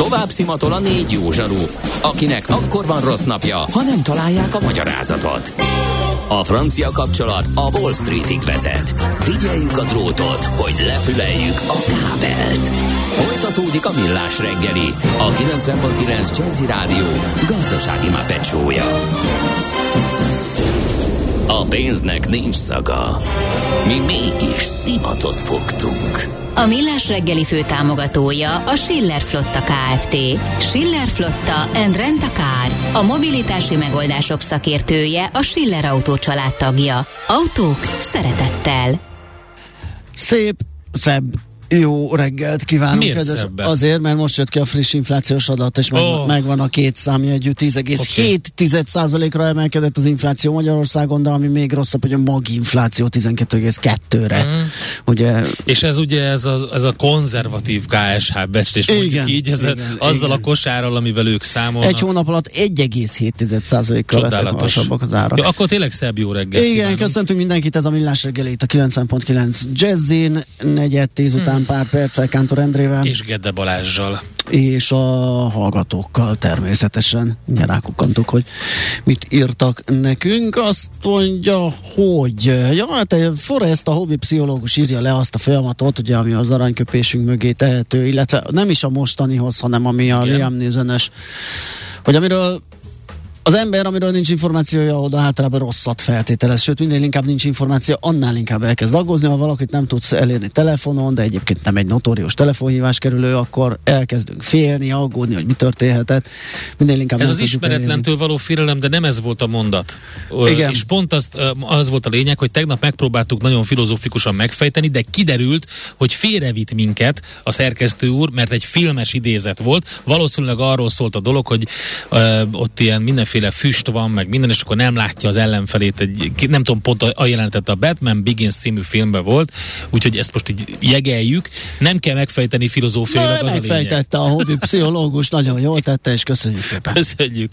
Tovább szimatol a 4 jó zsaru, akinek akkor van rossz napja, ha nem találják a magyarázatot. A francia kapcsolat a Wall Streetig vezet. Figyeljük a drótot, hogy lefüleljük a kábelt. Folytatódik a Millás reggeli, a 90.9 Jazzy Rádió gazdasági Muppet show-ja. A pénznek nincs szaga. Mi mégis szimatot fogtunk. A Millás reggeli főtámogatója a Schiller Flotta Kft. Schiller Flotta and Rent a Car. A mobilitási megoldások szakértője, a Schiller Autó család tagja. Autók szeretettel. Szebb jó reggelt kívánunk. Miért szebben? Azért, mert most jött ki a friss inflációs adat, és megvan a két számjegyű, 10,7%-ra emelkedett az infláció Magyarországon, de ami még rosszabb, hogy a maginfláció 12,2-re. Ugye, és ez ugye ez a konzervatív KSH becslés, mondjuk így, azzal a kosárral, amivel ők számolnak. Egy hónap alatt 1,7%-kal lettek magasabbak az árak. Ja, akkor tényleg szebb jó reggelt. Igen, kívánunk. Köszöntünk mindenkit, ez a Millás reggeli itt a 90.9 Jazzin, 4:10 után pár perccel Kántor Endrével. És Gede Balázsral. És a hallgatókkal természetesen. Rákukkantuk, hogy mit írtak nekünk. Azt mondja, hogy Forrest, a hobbi pszichológus írja le azt a folyamatot, ugye, ami az aranyköpésünk mögé tehető, illetve nem is a mostanihoz, hanem ami a Liam Neeson-es, hogy amiről az ember, amiről nincs információja, oda általában rosszat feltételez, sőt, minél inkább nincs információ, annál inkább elkezd aggódni, ha valakit nem tudsz elérni telefonon, de egyébként nem egy notórius telefonhívás kerülő, akkor elkezdünk félni, aggódni, hogy mi történhetett. Minél inkább ez az ismeretlentől való félelem, de nem ez volt a mondat. Igen. És pont az volt a lényeg, hogy tegnap megpróbáltuk nagyon filozófikusan megfejteni, de kiderült, hogy félrevitt minket a szerkesztő úr, mert egy filmes idézet volt. Valószínűleg arról szólt a dolog, hogy ott ilyen mindenféle füst van, meg minden, és akkor nem látja az ellenfelét, nem tudom, pont a jelenetet a Batman Begins című filmben volt, úgyhogy ezt most így jegeljük. Nem kell megfejteni filozófiailag, az a lényeg. Megfejtette a hobbi pszichológus, nagyon jól tette, és köszönjük szépen. Köszönjük.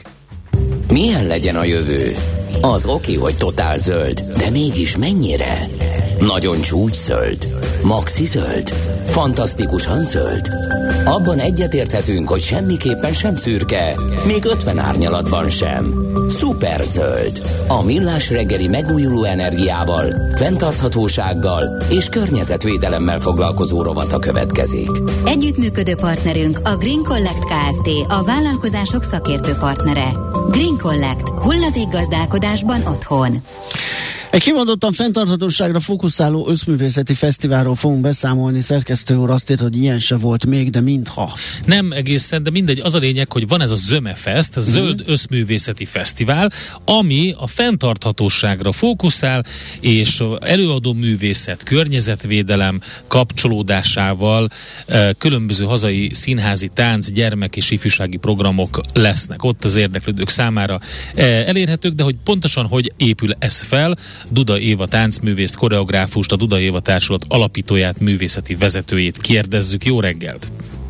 Milyen legyen a jövő? Az oké, hogy totál zöld, de mégis mennyire? Nagyon csúcs zöld? Maxi zöld? Fantasztikusan zöld? Abban egyetérthetünk, hogy semmiképpen sem szürke, még 50 árnyalatban sem. Szuper zöld. A Millás reggeli megújuló energiával, fenntarthatósággal és környezetvédelemmel foglalkozó rovata következik. Együttműködő partnerünk a Green Collect Kft. A vállalkozások szakértő partnere. Green Collect. Hulladékgazdálkodásban otthon. Egy kimondottan fenntarthatóságra fókuszáló összművészeti fesztiválról fogunk beszámolni. Szerkesztő úr azt írt, hogy ilyen se volt még, de mintha. Nem egészen, de mindegy, az a lényeg, hogy van ez a Zömefest, a Zöld Összművészeti Fesztivál, ami a fenntarthatóságra fókuszál, és előadó művészet, környezetvédelem kapcsolódásával különböző hazai színházi tánc, gyermek és ifjúsági programok lesznek ott az érdeklődők számára elérhetők, de hogy pontosan hogy épül ez fel, Duda Éva táncművészt, koreográfust, a Duda Éva Társulat alapítóját, művészeti vezetőjét kérdezzük. Jó reggelt!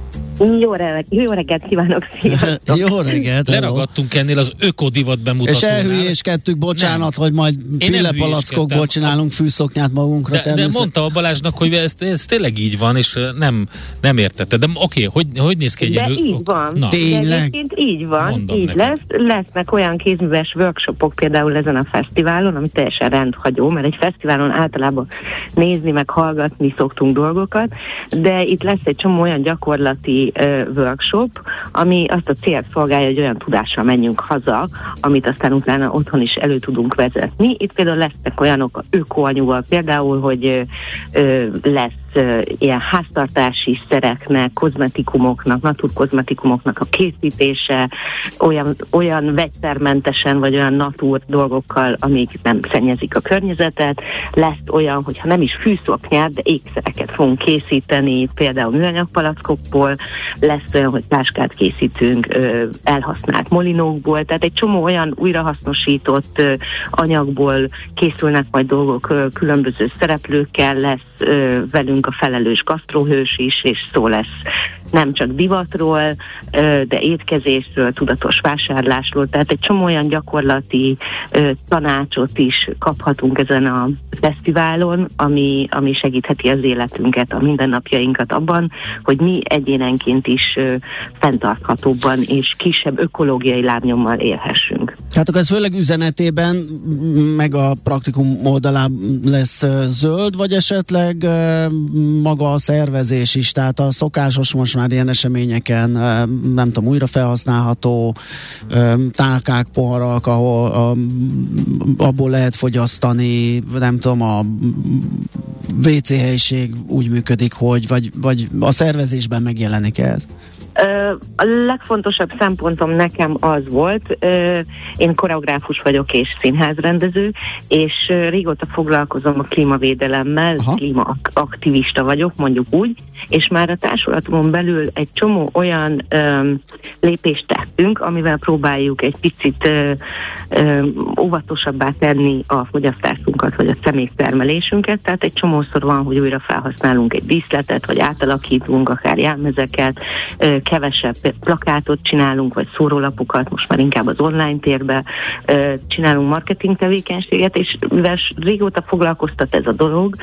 Jó reggelt kívánok, sziasztok! Jó reggelt! Leraggadtunk ennél az ökodivat bemutatónál. És elhülyéskedtük, bocsánat, hogy majd pillepalackokból csinálunk fűszoknyát magunkra. De mondta a Balázsnak, hogy ez tényleg így van, és nem értette. De oké, hogy néz ki egy De így van. Na. Tényleg? Így van, Mondom így neked. lesznek olyan kézműves workshopok például ezen a fesztiválon, ami teljesen rendhagyó, mert egy fesztiválon általában nézni, meg hallgatni szoktunk dolgokat, de itt lesz egy csomó olyan gyakorlati workshop, ami azt a célt szolgálja, hogy olyan tudással menjünk haza, amit aztán utána otthon is elő tudunk vezetni. Itt például lesznek olyanok ökoanyúval, például, hogy lesz ilyen háztartási szereknek, kozmetikumoknak, naturkozmetikumoknak a készítése, olyan vegyszermentesen, vagy olyan natur dolgokkal, amik nem szennyezik a környezetet. Lesz olyan, hogyha nem is fűszoknyát, de ékszereket fogunk készíteni, például műanyagpalackokból, lesz olyan, hogy táskát készítünk elhasznált molinókból, tehát egy csomó olyan újrahasznosított anyagból készülnek majd dolgok különböző szereplőkkel, lesz velünk a felelős gasztrohős is, és szó lesz nem csak divatról, de étkezésről, tudatos vásárlásról, tehát egy csomó olyan gyakorlati tanácsot is kaphatunk ezen a fesztiválon, ami segítheti az életünket, a mindennapjainkat abban, hogy mi egyénenként is fenntarthatóbban és kisebb ökológiai lábnyommal élhessünk. Hát akkor ez főleg üzenetében, meg a praktikum oldalán lesz zöld, vagy esetleg maga a szervezés is, tehát a szokásos most már ilyen eseményeken, nem tudom, újra felhasználható tálkák, poharak, ahol abból lehet fogyasztani, nem tudom, a WC helység úgy működik, hogy vagy a szervezésben megjelenik ez? A legfontosabb szempontom nekem az volt, én koreográfus vagyok és színházrendező, és régóta foglalkozom a klímavédelemmel, klímaaktivista vagyok, mondjuk úgy, és már a társulatomon belül egy csomó olyan lépést tettünk, amivel próbáljuk egy picit óvatosabbá tenni a fogyasztásunkat, vagy a személytermelésünket, tehát egy csomószor van, hogy újra felhasználunk egy díszletet, vagy átalakítunk akár jelmezeket, kevesebb plakátot csinálunk, vagy szórólapokat, most már inkább az online térbe csinálunk marketing tevékenységet, és mivel régóta foglalkoztat ez a dolog,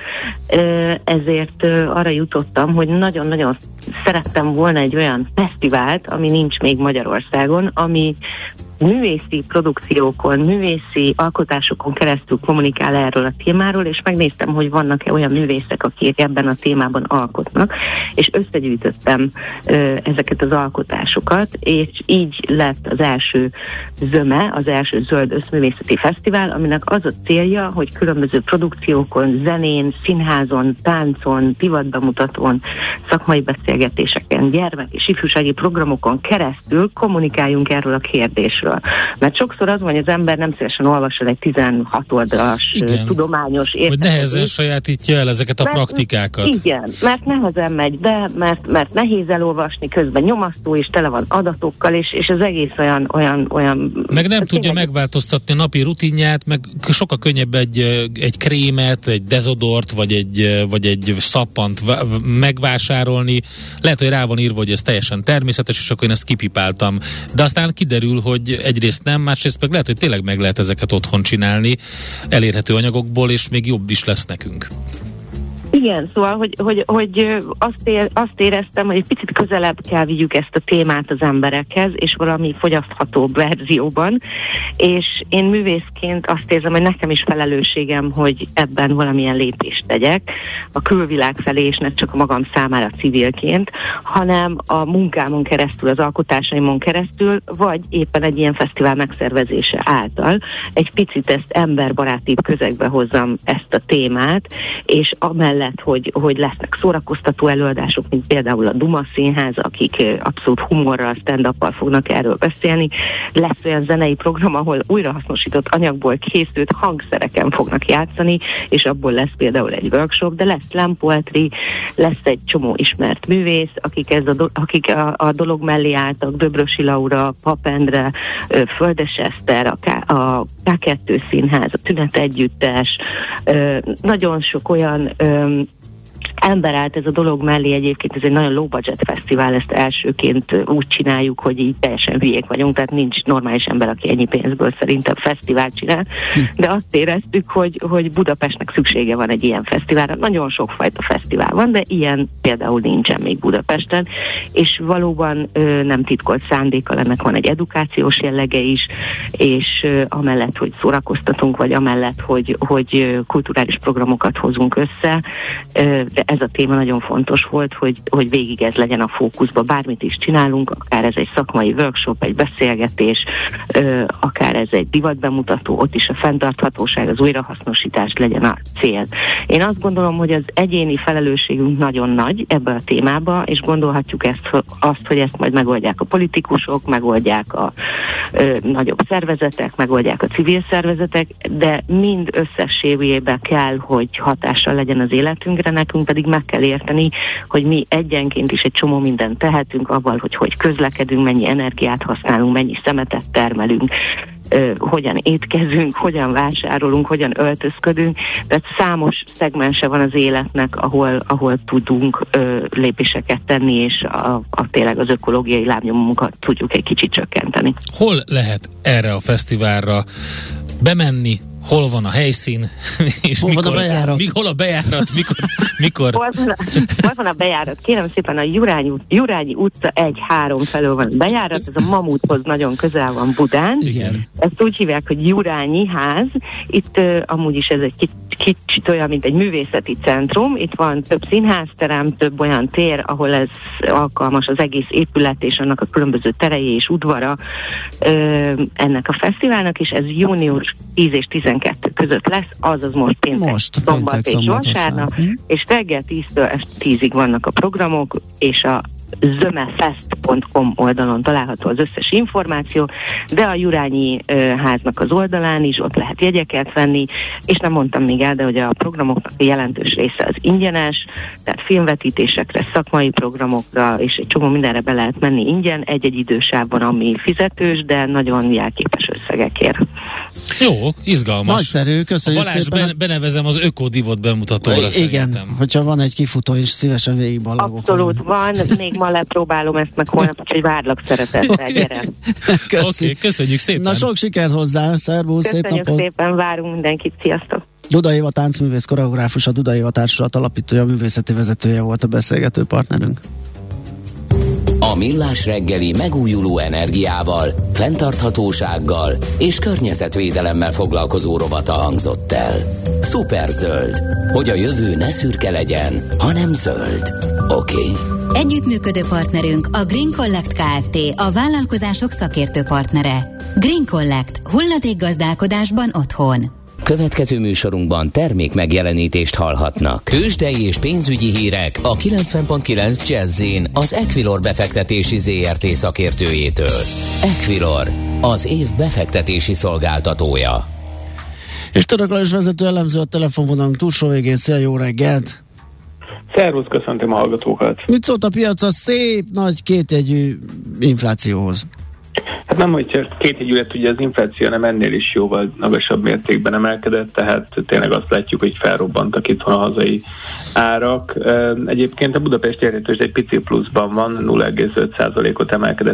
ezért arra jutottam, hogy nagyon-nagyon szerettem volna egy olyan fesztivált, ami nincs még Magyarországon, ami művészi produkciókon, művészi alkotásokon keresztül kommunikál erről a témáról, és megnéztem, hogy vannak-e olyan művészek, akik ebben a témában alkotnak, és összegyűjtöttem ezeket az alkotásokat, és így lett az első ZÖME, az első Zöld Összművészeti Fesztivál, aminek az a célja, hogy különböző produkciókon, zenén, színházon, táncon, divatbemutatón, szakmai beszélgetéseken, gyermek és ifjúsági programokon keresztül kommunikáljunk erről a kérdésről. Mert sokszor az van, hogy az ember nem szívesen olvasol egy 16 oldalas tudományos értelmezést. Hogy nehezen sajátítja el ezeket a praktikákat. Igen, mert nehezen megy be, mert nehéz elolvasni, közben nyomasztó, és tele van adatokkal, és az egész olyan... Meg nem tudja megváltoztatni a napi rutinját, meg sokkal könnyebb egy krémet, egy dezodort, vagy egy szappant megvásárolni. Lehet, hogy rá van írva, hogy ez teljesen természetes, és akkor én ezt kipipáltam. De aztán kiderül, hogy egyrészt nem, másrészt meg lehet, hogy tényleg meg lehet ezeket otthon csinálni elérhető anyagokból, és még jobb is lesz nekünk. Igen, szóval, hogy azt éreztem, hogy egy picit közelebb kell vigyük ezt a témát az emberekhez, és valami fogyaszthatóbb verzióban, és én művészként azt érzem, hogy nekem is felelősségem, hogy ebben valamilyen lépést tegyek a külvilág felé, és nem csak a magam számára civilként, hanem a munkámon keresztül, az alkotásaimon keresztül, vagy éppen egy ilyen fesztivál megszervezése által egy picit ezt emberbarátibb közegbe hozzam ezt a témát, és amellett, hogy lesznek szórakoztató előadások, mint például a Duma Színház, akik abszolút humorral, stand-uppal fognak erről beszélni. Lesz olyan zenei program, ahol újrahasznosított anyagból készült hangszereken fognak játszani, és abból lesz például egy workshop, de lesz slam poetry, lesz egy csomó ismert művész, akik a dolog mellé álltak, Döbrösi Laura, Pap Endre, Földes Eszter, a K2 Színház, a Tünet Együttes, nagyon sok olyan ember állt ez a dolog mellé. Egyébként ez egy nagyon low budget fesztivál, ezt elsőként úgy csináljuk, hogy így teljesen hülyék vagyunk, tehát nincs normális ember, aki ennyi pénzből szerintem fesztivált csinál, de azt éreztük, hogy Budapestnek szüksége van egy ilyen fesztiválra. Nagyon sokfajta fesztivál van, de ilyen például nincsen még Budapesten, és valóban nem titkolt szándékkal, ennek van egy edukációs jellege is, és amellett, hogy szórakoztatunk, vagy amellett, hogy kulturális programokat hozunk össze, de ez a téma nagyon fontos volt, hogy végig ez legyen a fókuszban. Bármit is csinálunk, akár ez egy szakmai workshop, egy beszélgetés, akár ez egy divatbemutató, ott is a fenntarthatóság, az újrahasznosítás legyen a cél. Én azt gondolom, hogy az egyéni felelősségünk nagyon nagy ebbe a témába, és gondolhatjuk azt, hogy ezt majd megoldják a politikusok, megoldják a nagyobb szervezetek, megoldják a civil szervezetek, de mind összességében kell, hogy hatással legyen az életünkre, nekünk pedig meg kell érteni, hogy mi egyenként is egy csomó mindent tehetünk avval, hogy közlekedünk, mennyi energiát használunk, mennyi szemetet termelünk, hogyan étkezünk, hogyan vásárolunk, hogyan öltözködünk, tehát számos szegmense van az életnek, ahol tudunk lépéseket tenni, és tényleg az ökológiai lábnyomunkat tudjuk egy kicsit csökkenteni. Hol lehet erre a fesztiválra bemenni? Hol van a helyszín? És hol van a bejárat? Hol a bejárat? Mikor? Hol van a bejárat? Kérem szépen, a Jurányi utca 1-3 felől van a bejárat, ez a Mamuthoz nagyon közel van Budán. Igen. Ezt úgy hívják, hogy Jurányi ház. Itt amúgy is ez egy kicsit olyan, mint egy művészeti centrum. Itt van több színházterem, több olyan tér, ahol ez alkalmas az egész épület és annak a különböző terei és udvara ennek a fesztiválnak, és ez június 10 és 12 között lesz, azaz most péntek, szombat és vasárnap, és reggel 10-től 10-ig vannak a programok, és a zömefest.com oldalon található az összes információ, de a Jurányi háznak az oldalán is ott lehet jegyeket venni, és nem mondtam még el, de hogy a programoknak a jelentős része az ingyenes, tehát filmvetítésekre, szakmai programokra, és egy csomó mindenre be lehet menni ingyen, egy-egy idősávban, ami fizetős, de nagyon jelképes összegekért. Jó, izgalmas. Nagyszerű, köszönjük Balázs, szépen. Benevezem az ökodivot bemutatóra. Igen, szerintem. hogyha van egy kifutó, és szívesen végigballagok. Abszolút van, még ma lepróbálom ezt meg holnap, úgyhogy várlak szeretettel, gyere. Oké, köszönjük szépen. Na, sok sikert hozzá, szervusz, szép Köszönjük napot. szépen, várunk mindenkit, sziasztok! Duda Éva táncművész, koreográfus, a Duda Éva Társulat alapítója, művészeti vezetője volt a beszélgető partnerünk. A Millás reggeli megújuló energiával, fenntarthatósággal és környezetvédelemmel foglalkozó rovata hangzott el. Szuperzöld, hogy a jövő ne szürke legyen, hanem zöld. Oké? Együttműködő partnerünk a Green Collect Kft., a vállalkozások szakértő partnere. Green Collect. Hulladékgazdálkodásban otthon. Következő műsorunkban termék megjelenítést hallhatnak. Tőzsdei és pénzügyi hírek a 90.9 Jazz-in az Equilor befektetési ZRT szakértőjétől. Equilor, az év befektetési szolgáltatója. És Török Lajos vezető elemző a telefonvonalunk túlsó végén. Szia, jó reggelt! Szervusz, köszöntöm a hallgatókat! Mit szólt a piac a szép, nagy kétjegyű inflációhoz? Hát nem, hogy csak kétjegyű lett, ugye az infláció nem ennél is jóval magasabb mértékben emelkedett, tehát tényleg azt látjuk, hogy felrobbantak itthon a hazai árak. Egyébként a budapesti értéktőzsde egy pici pluszban van, 0,5%-ot emelkedett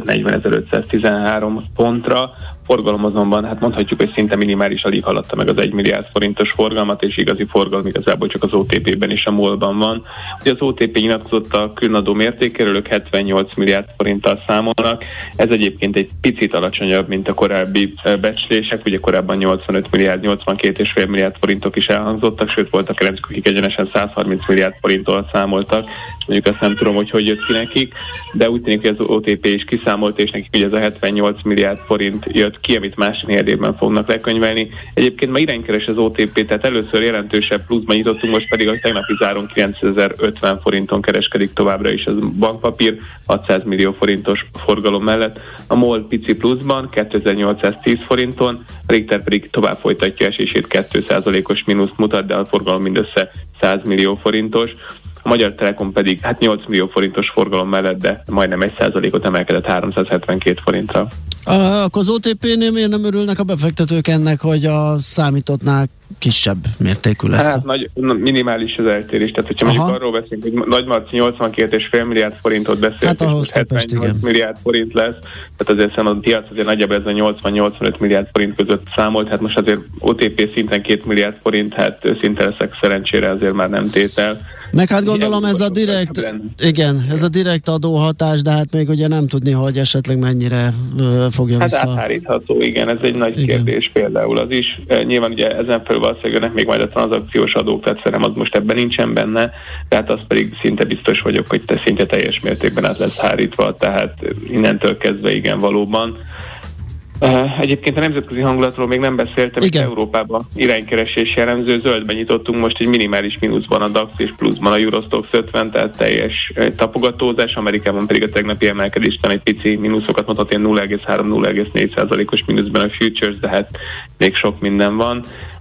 40.513 pontra. Forgalom azonban, hát mondhatjuk, hogy szinte minimális, alig haladta meg az 1 milliárd forintos forgalmat, és igazi forgalom igazából csak az OTP-ben és a MOL-ban van. Ugye az OTP nyilatkozott a különadó mértékéről, ők 78 milliárd forinttal számolnak. Ez egyébként egy picit alacsonyabb, mint a korábbi becslések, ugye korábban 85 milliárd, 82,5 milliárd forintok is elhangzottak, sőt voltak elemzők, akik egyenesen 130 milliárd forinttól számoltak. Mondjuk azt nem tudom, hogy jött ki nekik, de úgy tűnik, hogy az OTP is kiszámolt, és nekik ugye ez a 78 milliárd forint jött ki, amit másik évben fognak lekönyvelni. Egyébként ma iránykeres az OTP, tehát először jelentősebb pluszban nyitottunk, most pedig a tegnapi záron 9050 forinton kereskedik továbbra is az bankpapír, 600 millió forintos forgalom mellett. A MOL pici pluszban 2810 forinton, a Richter pedig tovább folytatja esését, 2%-os mínuszt mutat, de a forgalom mindössze 100 millió forintos. A Magyar Telekom pedig 8 millió forintos forgalom mellett, de majdnem 1%-ot emelkedett 372 forintra. Akkor az OTP-nél miért nem örülnek a befektetők ennek, hogy a számítottnál kisebb mértékű lesz? Hát minimális az eltérés, tehát hogyha mondjuk arról beszélünk, hogy Nagymarci 82,5 milliárd forintot beszélt, hát és 78 milliárd forint lesz, tehát azért a piac azért nagyjából ez a 80-85 milliárd forint között számolt, hát most azért OTP szinten 2 milliárd forint, hát szinte leszek szerencsére azért már nem tétel. Meg hát gondolom ez a direkt, igen, ez a direkt adóhatás, de hát még ugye nem tudni, hogy esetleg mennyire fogja vissza. Hát áthárítható, igen, ez egy nagy kérdés például az is. Nyilván ugye ezen felül valószínűleg még majd a tranzakciós adók, tehát szerintem az most ebben nincsen benne, tehát az pedig szinte biztos vagyok, hogy szinte teljes mértékben át lesz hárítva, tehát innentől kezdve igen, valóban. Egyébként a nemzetközi hangulatról még nem beszéltem, hogy Európában iránykeresés jellemző, zöldben nyitottunk most egy minimális mínuszban a DAX és pluszban a Eurostoxx 50, tehát teljes tapogatózás, Amerikában pedig a tegnapi emelkedéstől egy pici mínuszokat mutat, ilyen 0,3-0,4%-os mínuszban a futures, de hát még sok minden van.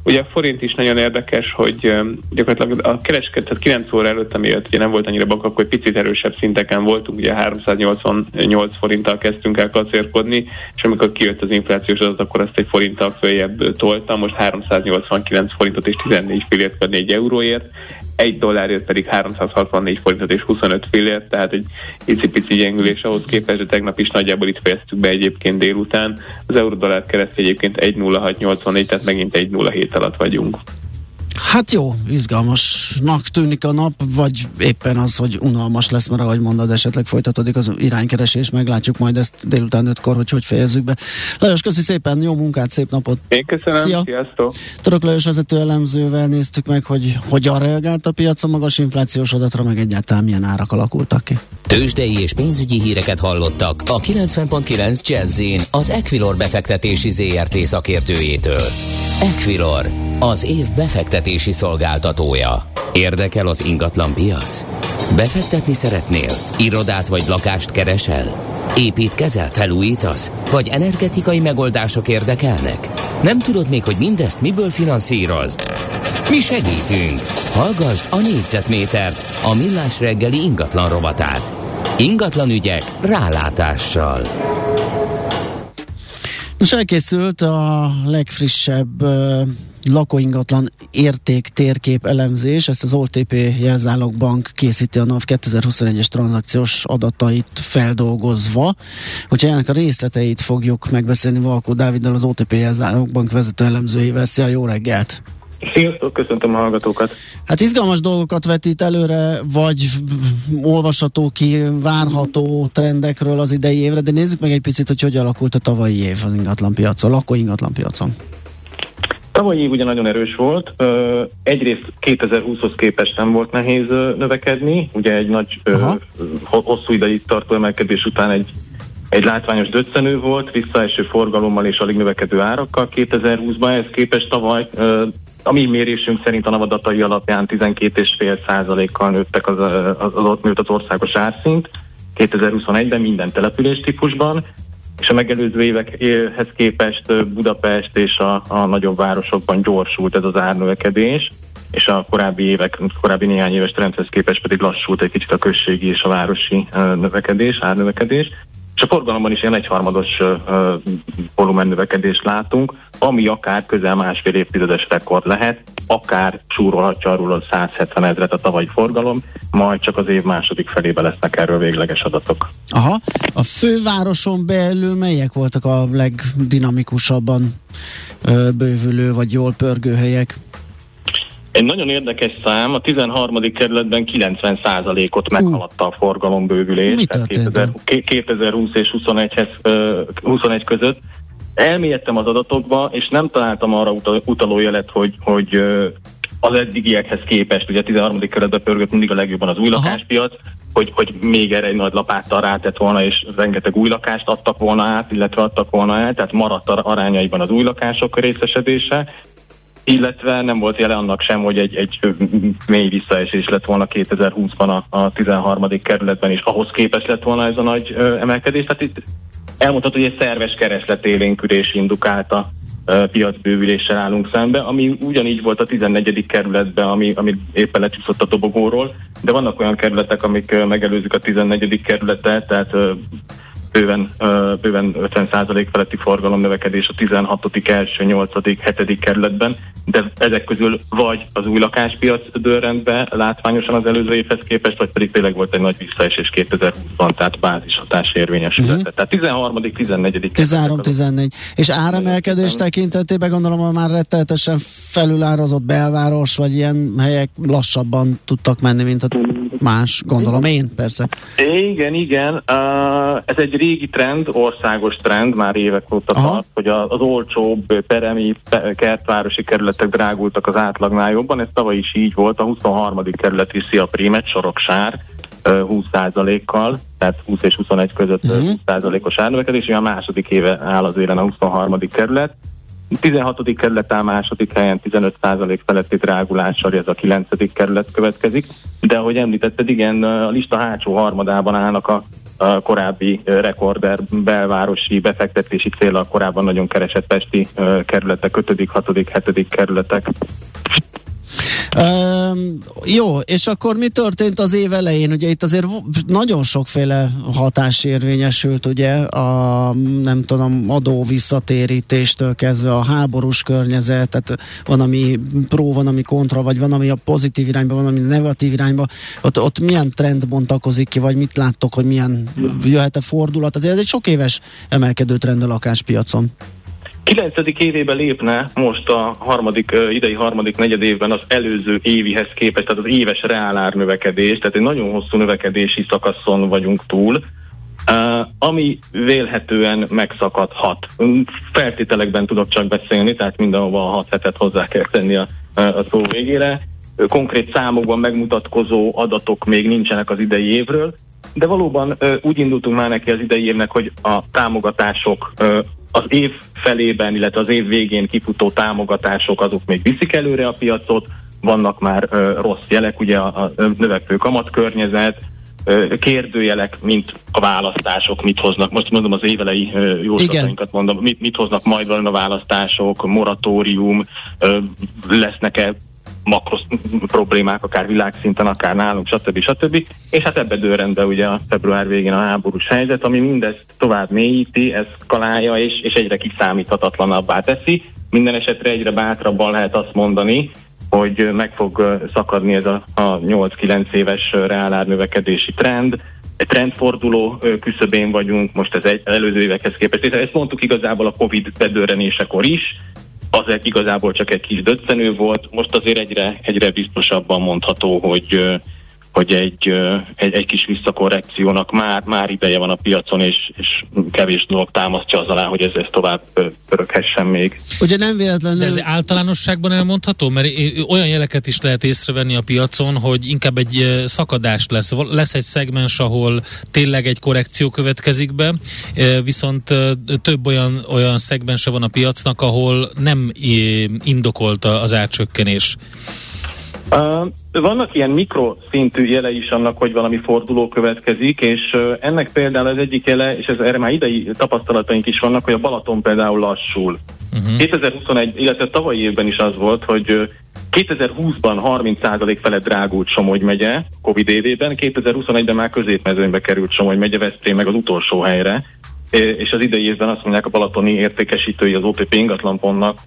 Ugye a forint is nagyon érdekes, hogy gyakorlatilag a kereskedés 9 óra előtt, amiatt ugye nem volt annyira bak, akkor picit erősebb szinteken voltunk, ugye 388 forinttal kezdtünk el kacérkodni, és amikor kijött az inflációs adat, akkor ezt egy forinttal följebb tolta, most 389 forintot és 14 fillért adni egy euróért, $1 pedig 364 forintot és 25 fillért, tehát egy icipici gyengülés ahhoz képest, de tegnap is nagyjából itt fejeztük be egyébként délután. Az euró-dollár keresztje egyébként 1.0684, tehát megint 1.07 alatt vagyunk. Hát jó, izgalmasnak tűnik a nap, vagy éppen az, hogy unalmas lesz, mert ahogy mondod, esetleg folytatódik az iránykeresés, meglátjuk majd ezt délután 5-kor, hogy fejezzük be. Lajos, köszi szépen, jó munkát, szép napot! Én köszönöm, szia. Sziasztok! Török Lajos vezető elemzővel néztük meg, hogy hogyan reagált a piac a magas inflációs adatra, meg egyáltalán milyen árak alakultak ki. Tőzsdei és pénzügyi híreket hallottak a 90.9 Jazz-in az Equilor befektetési ZRT szakértőjétől. Equilor, az év befektetési szolgáltatója. Érdekel az ingatlan piac? Befektetni szeretnél? Irodát vagy lakást keresel? Építkezel, felújítasz? Vagy energetikai megoldások érdekelnek? Nem tudod még, hogy mindezt miből finanszírozd? Mi segítünk! Hallgasd a Négyzetmétert, a Millás reggeli ingatlan rovatát. Ingatlan ügyek rálátással. Most elkészült a legfrissebb lakóingatlan érték térkép elemzés, ezt az OTP Jelzálogbank készíti a NAV 2021-es tranzakciós adatait feldolgozva. Hogyha ennek a részleteit fogjuk megbeszélni Valkó Dáviddal, az OTP Jelzálogbank vezető elemzőjével. Szia, jó reggelt! Sziasztok, köszöntöm a hallgatókat! Hát izgalmas dolgokat vetít előre, vagy olvasható ki várható trendekről az idei évre, de nézzük meg egy picit, hogy alakult a tavalyi év az ingatlanpiacon, lakóingatlanpiacon. Tavalyi év ugye nagyon erős volt. Egyrészt 2020-hoz képest nem volt nehéz növekedni, ugye egy nagy, hosszú ideig tartó emelkedés után egy látványos döccenő volt, visszaeső forgalommal és alig növekedő árakkal 2020-ban, ehhez képest tavaly a mi mérésünk szerint a NAV adatai alapján 12,5%-kal nőttek nőtt az országos árszint 2021-ben minden településtípusban, és a megelőző évekhez képest Budapest és a nagyobb városokban gyorsult ez az árnövekedés, és a korábbi néhány éves trendhez képest pedig lassult egy kicsit a községi és a városi árnövekedés. És a forgalomban is ilyen egyharmados volumen növekedést látunk, ami akár közel másfél évtizedes rekord lehet, akár súrolhatja arról a 170 000 a tavalyi forgalom, majd csak az év második felébe lesznek erről végleges adatok. Aha, a fővároson belül melyek voltak a legdinamikusabban bővülő vagy jól pörgő helyek? Egy nagyon érdekes szám, a 13. kerületben 90%-ot meghaladta a forgalombővülés. Mi történt? 2020 és 21 között. Elmélyedtem az adatokba, és nem találtam arra utaló jelet, hogy az eddigiekhez képest, ugye a 13. kerületben pörgött mindig a legjobban az új lakáspiac, hogy még erre egy nagy lapáttal rátett volna, és rengeteg új lakást adtak volna át, illetve adtak volna el, tehát maradt arányaiban az új lakások részesedése, illetve nem volt jele annak sem, hogy egy mély visszaesés lett volna 2020-ban a 13. kerületben, és ahhoz képest lett volna ez a nagy emelkedés. Tehát itt elmondható, hogy egy szerves keresletélénkülés indukálta piacbővüléssel állunk szembe, ami ugyanígy volt a 14. kerületben, ami éppen lecsúszott a dobogóról, de vannak olyan kerületek, amik megelőzik a 14. kerületet, tehát bőven 50% feletti forgalom növekedés a 16., 1., 8., 7. kerületben, de ezek közül vagy az új lakáspiac dőrrend be látványosan az előző évhez képest, vagy pedig tényleg volt egy nagy visszaesés 2020-ban, tehát bázishatás érvényesülete. Tehát 13., 14. 13-14. És áremelkedés tekintetében gondolom, már rettenetesen felülárazott belváros, vagy ilyen helyek lassabban tudtak menni, mint a más, gondolom én, persze. Igen. Ez egy régi trend, országos trend, már évek óta tart, hogy az olcsóbb peremi kertvárosi kerületek drágultak az átlagnál jobban. Ez tavaly is így volt, a 23. kerület viszi a prímet, Soroksár 20%-kal, tehát 20 és 21 között 20%-os árnövekedés, a második éve áll az élen a 23. kerület. 16. kerület áll második helyen 15% feletti drágulással, ez a 9. kerület következik, de ahogy említetted, igen, a lista hátsó harmadában állnak a korábbi rekorder belvárosi befektetési céllal korábban nagyon keresett pesti kerületek, 5., 6., 7. kerületek. Jó, és akkor mi történt az év elején? Ugye itt azért nagyon sokféle hatás érvényesült, ugye a nem tudom, adó visszatérítéstől kezdve a háborús környezet, tehát van, ami pró, van, ami kontra, vagy van, ami a pozitív irányba, van, ami negatív irányba. Ott milyen trend bontakozik ki, vagy mit láttok, hogy milyen jöhet a fordulat? Azért ez egy sok éves emelkedő trend a lakáspiacon. 9. évébe lépne most a idei harmadik negyed évben az előző évihez képest, tehát az éves reálár növekedés, tehát egy nagyon hosszú növekedési szakaszon vagyunk túl, ami vélhetően megszakadhat. Feltételekben tudok csak beszélni, tehát mindenhova a 6 hetet hozzá kell tenni a szó végére. Konkrét számokban megmutatkozó adatok még nincsenek az idei évről, de valóban úgy indultunk már neki az idei évnek, hogy a támogatások az év felében, illetve az év végén kifutó támogatások azok még viszik előre a piacot, vannak már rossz jelek, ugye a növekvő kamatkörnyezet, kérdőjelek, mint a választások mit hoznak. Most mondom az évelei jóslatainkat mondom, mit hoznak majd a választások, moratórium, lesznek-e makrosz problémák, akár világszinten, akár nálunk, stb. És hát ebbe dől rendbe ugye a február végén a háborús helyzet, ami mindezt tovább mélyíti, eszkalálja, és egyre kiszámíthatatlanabbá teszi. Minden esetre egyre bátrabban lehet azt mondani, hogy meg fog szakadni ez a 8-9 éves reálár növekedési trend. Egy trendforduló küszöbén vagyunk, most ez előző évekhez képest. Ezt mondtuk igazából a Covid bedörrenésekor is, az igazából csak egy kis döccenő volt, most azért egyre biztosabban mondható, hogy egy kis visszakorrekciónak már ideje van a piacon, és kevés dolog támasztja az alá, hogy ez tovább pöröghessen még. Ugye nem véletlenül... De ez általánosságban elmondható? Mert olyan jeleket is lehet észrevenni a piacon, hogy inkább egy szakadás lesz. Lesz egy szegmens, ahol tényleg egy korrekció következik be, viszont több olyan szegmense van a piacnak, ahol nem indokolt az árcsökkenés. Vannak ilyen mikroszintű jele is annak, hogy valami forduló következik, és ennek például az egyik jele, és erre már idei tapasztalataink is vannak, hogy a Balaton például lassul. 2021, illetve tavalyi évben is az volt, hogy 2020-ban 30% felett drágult Somogy megye, Covid évében, 2021-ben már középmezőnybe került Somogy megye, Veszprém meg az utolsó helyre, és az idei évben azt mondják a balatoni értékesítői az OTP ingatlanpontnak,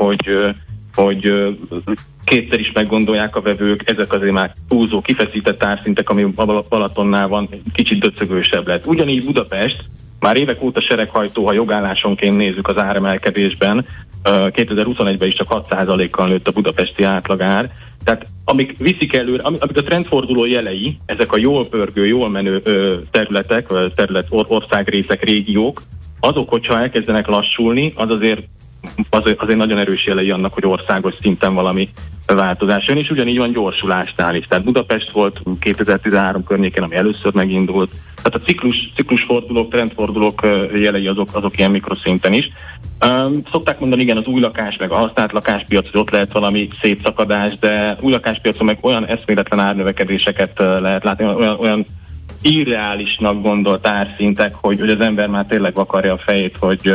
hogy kétszer is meggondolják a vevők, ezek azért már túlzó, kifeszített árszintek, ami a Balatonnál van, kicsit döcögősebb lett. Ugyanígy Budapest már évek óta sereghajtó, ha jogállásonként nézzük az áremelkedésben, 2021-ben is csak 6%-kal nőtt a budapesti átlagár. Tehát amik viszik előre, amik a trendforduló jelei, ezek a jól pörgő, jól menő területek, országrészek, régiók, azok, hogyha elkezdenek lassulni, az azért nagyon erős jelei annak, hogy országos szinten valami változás jön, és ugyanígy van gyorsulásnál is. Tehát Budapest volt 2013 környékén, ami először megindult. Tehát a ciklusfordulók, trendfordulók jelei azok ilyen mikroszinten is. Szokták mondani, igen, az új lakás, meg a használt lakáspiac, hogy ott lehet valami szétszakadás, de új lakáspiacon meg olyan eszméletlen árnövekedéseket lehet látni, olyan irreálisnak gondolt árszintek, hogy az ember már tényleg vakarja a fejét, hogy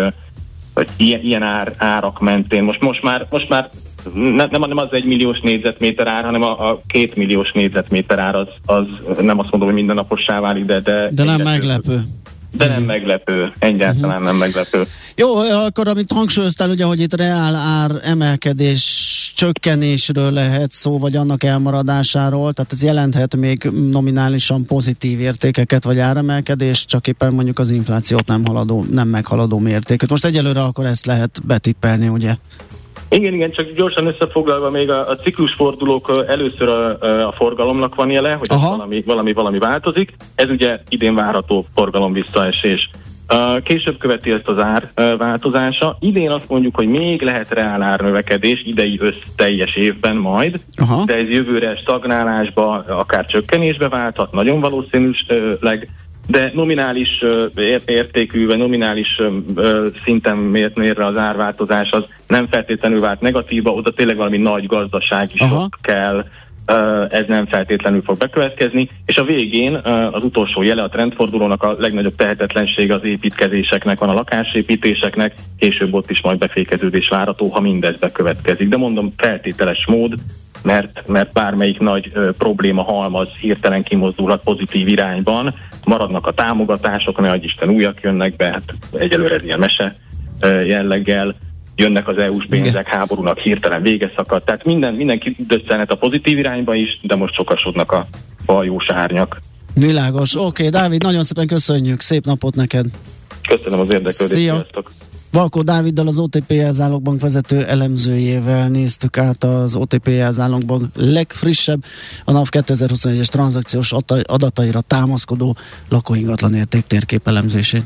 ilyen árak mentén. Most már nem az 1 milliós négyzetméter ár, hanem a 2 milliós négyzetméter ár az nem azt mondom, hogy mindennapossá válik, de nem meglepő. De nem meglepő, egyáltalán nem meglepő. Jó, akkor amit hangsúlyoztál, ugye, hogy itt reál ár emelkedés, csökkenésről lehet szó, vagy annak elmaradásáról, tehát ez jelenthet még nominálisan pozitív értékeket, vagy áremelkedés, csak éppen mondjuk az inflációt nem meghaladó mértéket. Most egyelőre akkor ezt lehet betippelni, ugye? Igen, csak gyorsan összefoglalva még a ciklusfordulók először a forgalomnak van jele, hogy valami változik. Ez ugye idén várható forgalom visszaesés. Később követi ezt az ár változása. Idén azt mondjuk, hogy még lehet reálár növekedés idei teljes évben majd, de ez jövőre stagnálásba, akár csökkenésbe válthat, nagyon valószínűleg, de nominális értékű, vagy nominális szinten mérve az árváltozás az nem feltétlenül vált negatívba, oda tényleg valami nagy gazdasági sok kell, ez nem feltétlenül fog bekövetkezni, és a végén az utolsó jele a trendfordulónak a legnagyobb tehetetlensége az építkezéseknek van, a lakásépítéseknek, később ott is majd befékeződés várható, ha mindez bekövetkezik. De mondom, feltételes mód, mert bármelyik nagy probléma halmaz hirtelen kimozdulhat pozitív irányban, maradnak a támogatások, ne adj Isten újak jönnek be, hát egyelőre ez ilyen mese jelleggel, jönnek az EU-s pénzek, háborúnak hirtelen vége szakadt, tehát mindenki döccenhet a pozitív irányba is, de most sokasodnak a baljós árnyak. Világos. Oké, Dávid, nagyon szépen köszönjük, szép napot neked! Köszönöm az érdeklődést, sziasztok! Valkó Dáviddal, az OTP Jelzálogbank vezető elemzőjével néztük át az OTP Jelzálogbank legfrissebb, a NAV 2021-es tranzakciós adataira támaszkodó lakóingatlan érték térkép elemzését.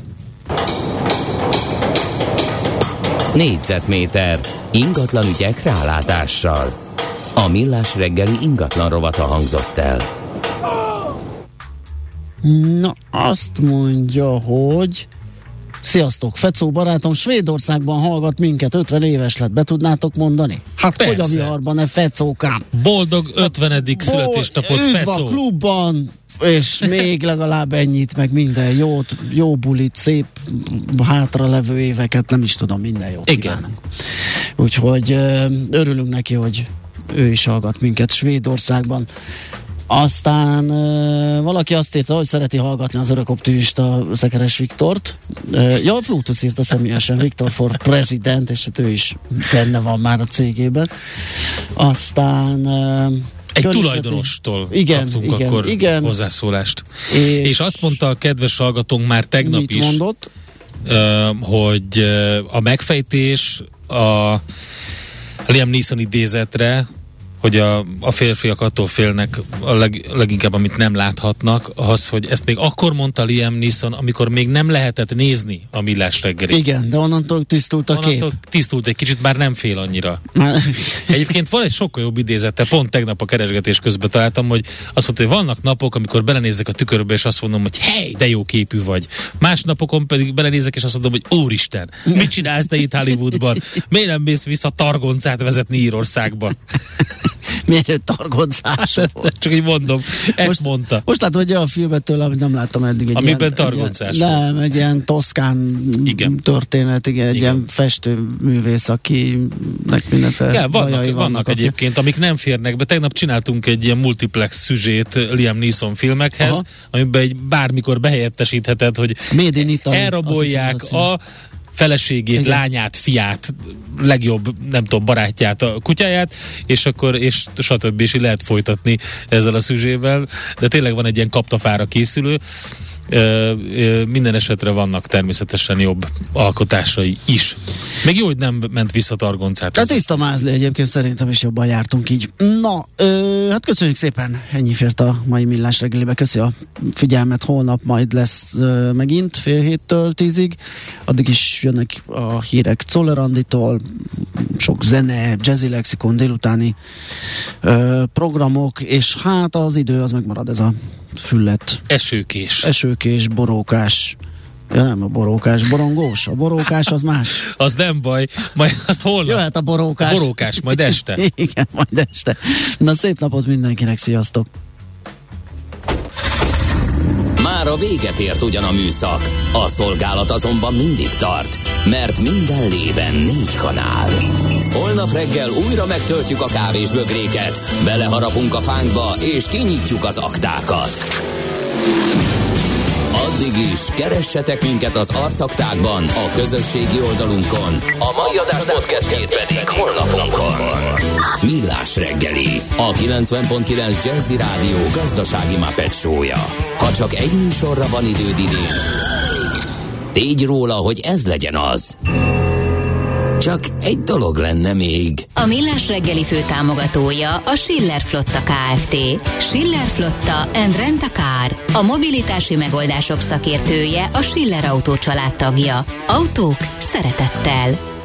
Négyzetméter ingatlan ügyek rálátással. A Millás reggeli ingatlan rovata hangzott el. Na, azt mondja, hogy sziasztok, Fecó barátom Svédországban hallgat minket, 50 éves lett, be tudnátok mondani? Hát persze. Hogy a viharban, Fecókám? Boldog 50. születésnapot, Fecó! Üdv a klubban, és még legalább ennyit, meg minden jót, jó bulit, szép hátralevő éveket, nem is tudom, minden jót kívánunk. Úgyhogy örülünk neki, hogy ő is hallgat minket Svédországban. Aztán valaki azt írta, hogy szereti hallgatni az örök optimista Szekeres Viktort. A Flutus írta személyesen, Viktor for President, és ő is benne van már a cégében. Aztán egy tulajdonostól kaptunk akkor hozzászólást. És azt mondta a kedves hallgatónk már tegnap is, mondott? Hogy a megfejtés a Liam Neeson idézetre, hogy a férfiak attól félnek leginkább, amit nem láthatnak, az, hogy ezt még akkor mondta Liam Neeson, amikor még nem lehetett nézni a Millás reggelit. Igen, de onnantól tisztult a kép. Tisztult egy kicsit, bár nem fél annyira. Egyébként van egy sokkal jobb idézete, pont tegnap a keresgetés közben találtam, hogy azt mondta, hogy vannak napok, amikor belenézek a tükörbe, és azt mondom, hogy hey, de jó képű vagy. Más napokon pedig belenézek, és azt mondom, hogy úristen, mit csinálsz te itt Hollywoodban? Miért nem mész vissza targoncát vezetni Írországba? Miért targoncás? Csak így mondom, ezt mondta. Most látom, hogy a filmet tőle, amit nem láttam eddig. Amiben targoncás. Nem, egy ilyen toszkán történet, egy ilyen festőművész, akinek mindenféle bajai vannak egyébként, amik nem férnek be. Tegnap csináltunk egy ilyen multiplex szüzsét Liam Neeson filmekhez, amiben bármikor behelyettesítheted, hogy elrabolják a feleségét, igen, lányát, fiát, legjobb, nem tudom, barátját, a kutyáját, és akkor, és stb. És lehet folytatni ezzel a szüzsével, de tényleg van egy ilyen kaptafára készülő. Minden esetre vannak természetesen jobb alkotásai is. Még jó, hogy nem ment vissza targoncát. Tehát tiszta mázli, egyébként szerintem is jobban jártunk így. Na, hát köszönjük szépen, ennyi fért a mai Millás reggelibe. Köszi a figyelmet, holnap majd lesz megint fél 7-től 10-ig. Addig is jönnek a hírek Czoller Anditól, sok zene, jazzy lexikon, délutáni programok, és hát az idő az megmarad, ez a füllet. Esőkés, borókás. Ja, nem a borókás, borongós. A borókás az más. Az nem baj, majd azt holnap. Jöhet a borókás. A borókás, majd este. Igen, majd este. Na, szép napot mindenkinek, sziasztok! Már a véget ért ugyan a műszak, a szolgálat azonban mindig tart, mert minden lében 4 kanál. Holnap reggel újra megtöltjük a kávésbögréket, beleharapunk a fánkba és kinyitjuk az aktákat. Addig is keressetek minket az arcaktákban, a közösségi oldalunkon. A mai adás podcastjét pedig honlapunkon. Millás reggeli, a 90.9 Jazzy Rádió gazdasági Muppet show-ja. Ha csak egy műsorra van időd idén, tégy róla, hogy ez legyen az. Csak egy dolog lenne még. A Millás reggeli főtámogatója a Schiller Flotta Kft. Schiller Flotta and Rent a Car. A mobilitási megoldások szakértője, a Schiller Autó család tagja. Autók szeretettel.